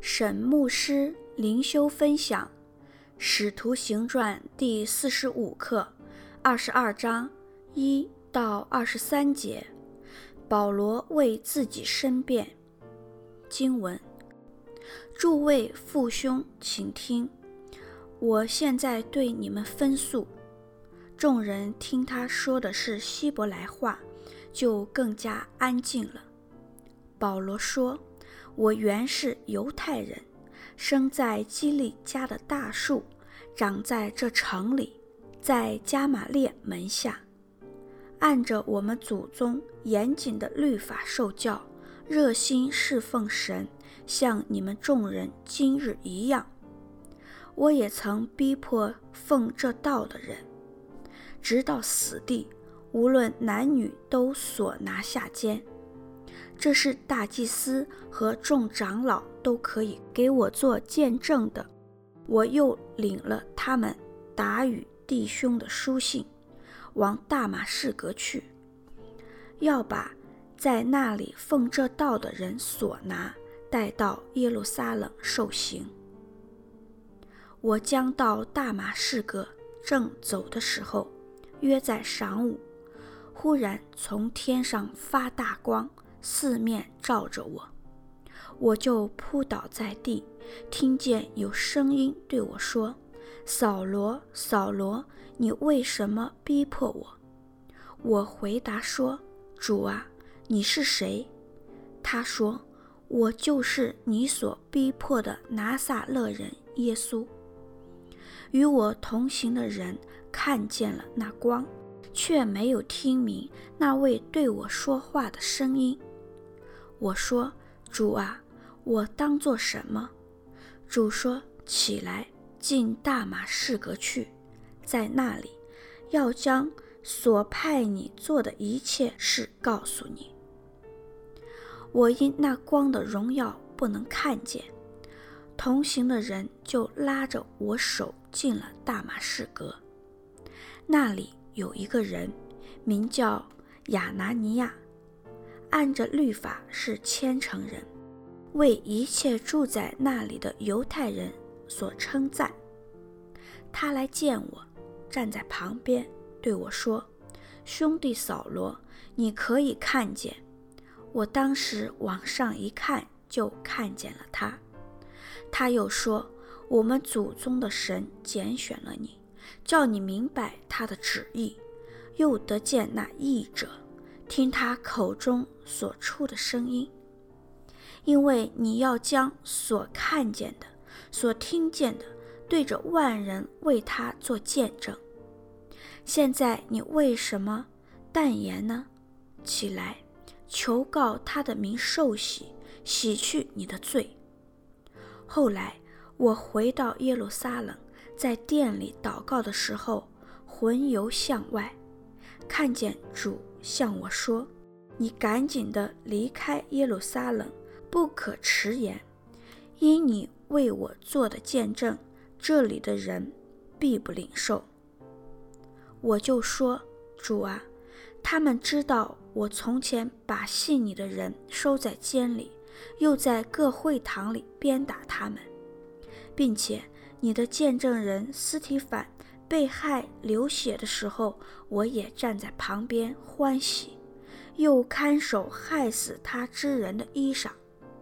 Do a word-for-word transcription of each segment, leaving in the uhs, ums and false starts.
沈牧师灵修分享《使徒行传》第四十五课，二十二章一到二十三节。保罗为自己申辩。经文：诸位父兄，请听，我现在对你们分诉。众人听他说的是希伯来话，就更加安静了。保罗说，我原是犹太人，生在基利家的大树，长在这城里，在加玛列门下，按着我们祖宗严谨的律法受教，热心侍奉神，像你们众人今日一样。我也曾逼迫奉这道的人，直到死地，无论男女都所拿下监。这是大祭司和众长老都可以给我做见证的。我又领了他们打与弟兄的书信，往大马士革去，要把在那里奉这道的人所拿，带到耶路撒冷受刑。我将到大马士革，正走的时候，约在晌午，忽然从天上发大光，四面照着我，我就扑倒在地，听见有声音对我说，扫罗，扫罗，你为什么逼迫我？我回答说，主啊，你是谁？他说，我就是你所逼迫的拿撒勒人耶稣。与我同行的人看见了那光，却没有听明那位对我说话的声音。我说，主啊，我当作什么？主说，起来，进大马士革去，在那里要将所派你做的一切事告诉你。我因那光的荣耀不能看见，同行的人就拉着我手进了大马士革。那里有一个人名叫亚拿尼亚，按着律法是虔诚人，为一切住在那里的犹太人所称赞。他来见我，站在旁边对我说，兄弟扫罗，你可以看见。我当时往上一看，就看见了他。他又说，我们祖宗的神拣选了你，叫你明白他的旨意，又得见那义者，听他口中所出的声音。因为你要将所看见的、所听见的，对着万人为他做见证。现在你为什么但言呢？起来，求告他的名受洗，洗去你的罪。后来我回到耶路撒冷，在殿里祷告的时候，魂游向外，看见主向我说，你赶紧地离开耶路撒冷，不可迟延，因你为我做的见证，这里的人必不领受。我就说，主啊，他们知道我从前把信你的人收在监里，又在各会堂里鞭打他们，并且你的见证人司提反被害流血的时候，我也站在旁边欢喜，又看守害死他之人的衣裳。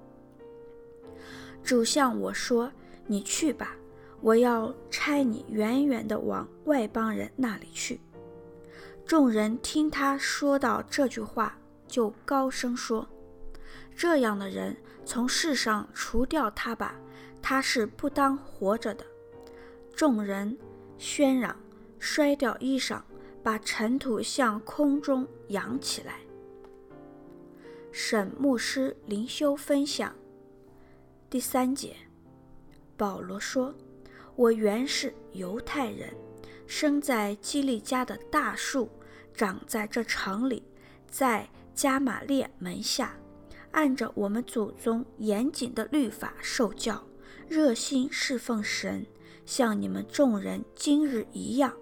主向我说，你去吧，我要差你远远地往外邦人那里去。众人听他说到这句话，就高声说，这样的人从世上除掉他吧，他是不当活着的。众人喧嚷，摔掉衣裳，把尘土向空中扬起来。沈牧师灵修分享。第三节，保罗说，我原是犹太人，生在基利家的大树，长在这城里，在加玛列门下，按着我们祖宗严谨的律法受教，热心侍奉神，像你们众人今日一样。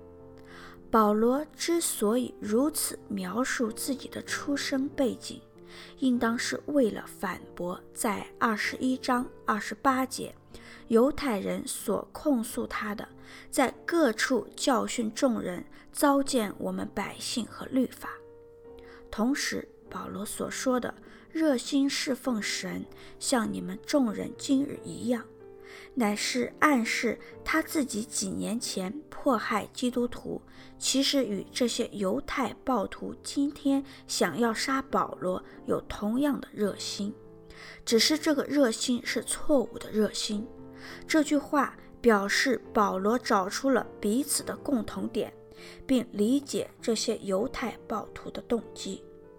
保罗之所以如此描述自己的出生背景， 应当是为了反驳在二十一章二十八节犹太人所控诉他的，在各处教训众人，糟践我们百姓和律法。同时保罗所说的热心侍奉神，像你们众人今日一样，乃是暗示他自己几年前迫害基督徒，其实与这些犹太暴徒今天想要杀保罗有同样的热心，只是这个热心是错误的热心。这句话表示保罗找出了彼此的共同点，并理解这些犹太暴徒的动机。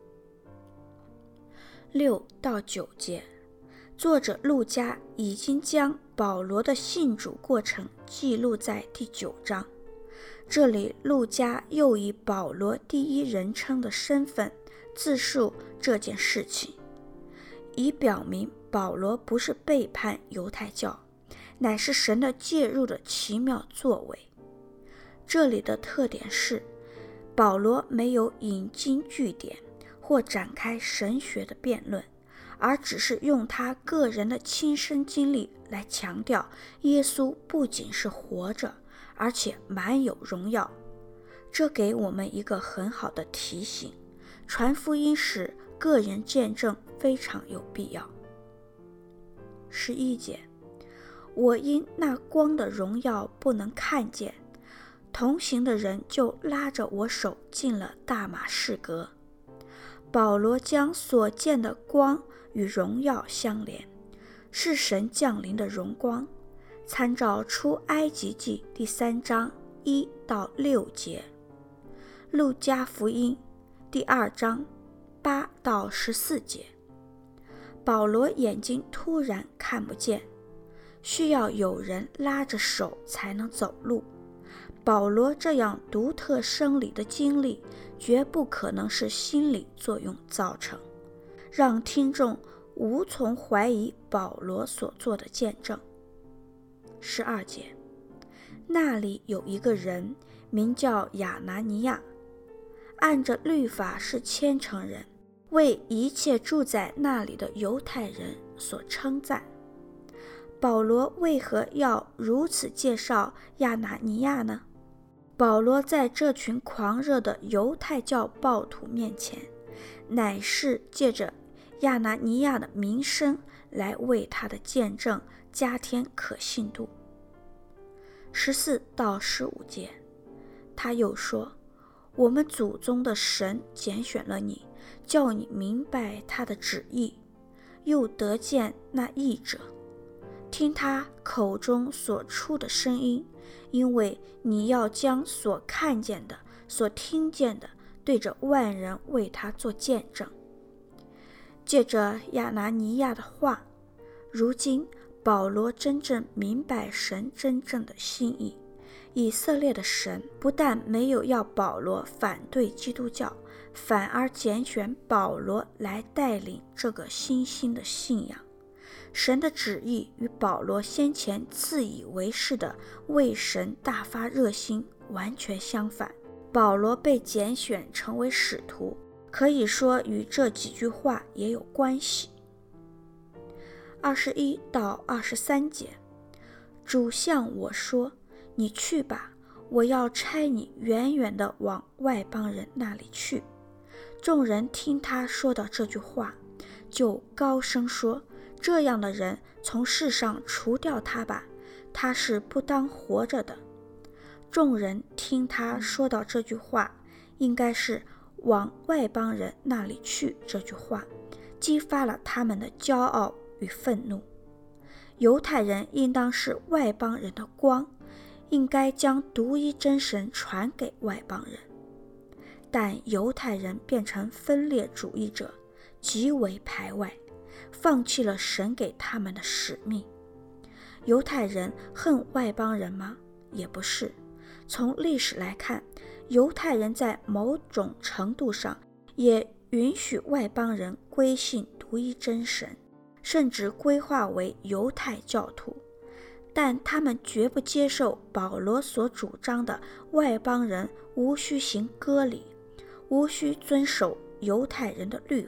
六到九节，作者路加已经将保罗的信主过程记录在第九章，这里路加又以保罗第一人称的身份自述这件事情，以表明保罗不是背叛犹太教，乃是神的介入的奇妙作为。这里的特点是，保罗没有引经据典或展开神学的辩论，而只是用他个人的亲身经历来强调耶稣不仅是活着，而且满有荣耀。这给我们一个很好的提醒，传福音时个人见证非常有必要。十一节，我因那光的荣耀不能看见，同行的人就拉着我手进了大马士革。保罗将所见的光与荣耀相连，是神降临的荣光，参照出埃及记第三章一到六节，路加福音第二章八到十四节。保罗眼睛突然看不见，需要有人拉着手才能走路。保罗这样独特生理的经历绝不可能是心理作用造成，让听众无从怀疑保罗所做的见证。十二节，那里有一个人名叫亚拿尼亚，按着律法是虔诚人，为一切住在那里的犹太人所称赞。保罗为何要如此介绍亚拿尼亚呢？保罗在这群狂热的犹太教暴徒面前，乃是借着亚拿尼亚的名声来为他的见证加添可信度。十四到十五节，他又说，我们祖宗的神拣选了你，叫你明白他的旨意，又得见那义者，听他口中所出的声音，因为你要将所看见的、所听见的对着万人为他做见证。借着亚拿尼亚的话，如今保罗真正明白神真正的心意。以色列的神不但没有要保罗反对基督教，反而拣选保罗来带领这个新兴的信仰。神的旨意与保罗先前自以为是的为神大发热心完全相反。保罗被拣选成为使徒，可以说与这几句话也有关系。二十一到二十三节，主向我说，你去吧，我要差你远远地往外邦人那里去。众人听他说到这句话，就高声说，这样的人从世上除掉他吧，他是不当活着的。众人听他说到这句话，应该是往外邦人那里去这句话，激发了他们的骄傲与愤怒。犹太人应当是外邦人的光，应该将独一真神传给外邦人，但犹太人变成分裂主义者，极为排外，放弃了神给他们的使命。犹太人恨外邦人吗？也不是。从历史来看，犹太人在某种程度上也允许外邦人归信独一真神，甚至归化为犹太教徒，但他们绝不接受保罗所主张的外邦人无需行割礼，无需遵守犹太人的律法。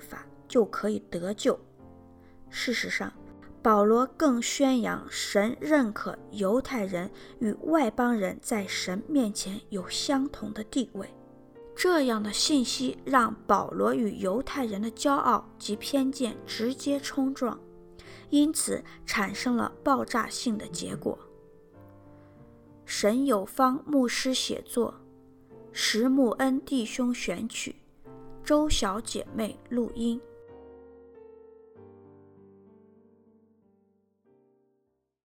就可以得救。事实上，保罗更宣扬神认可犹太人与外邦人在神面前有相同的地位。这样的信息让保罗与犹太人的骄傲及偏见直接冲撞，因此产生了爆炸性的结果。沈有方牧师写作，石木恩弟兄选曲，周小姐妹录音。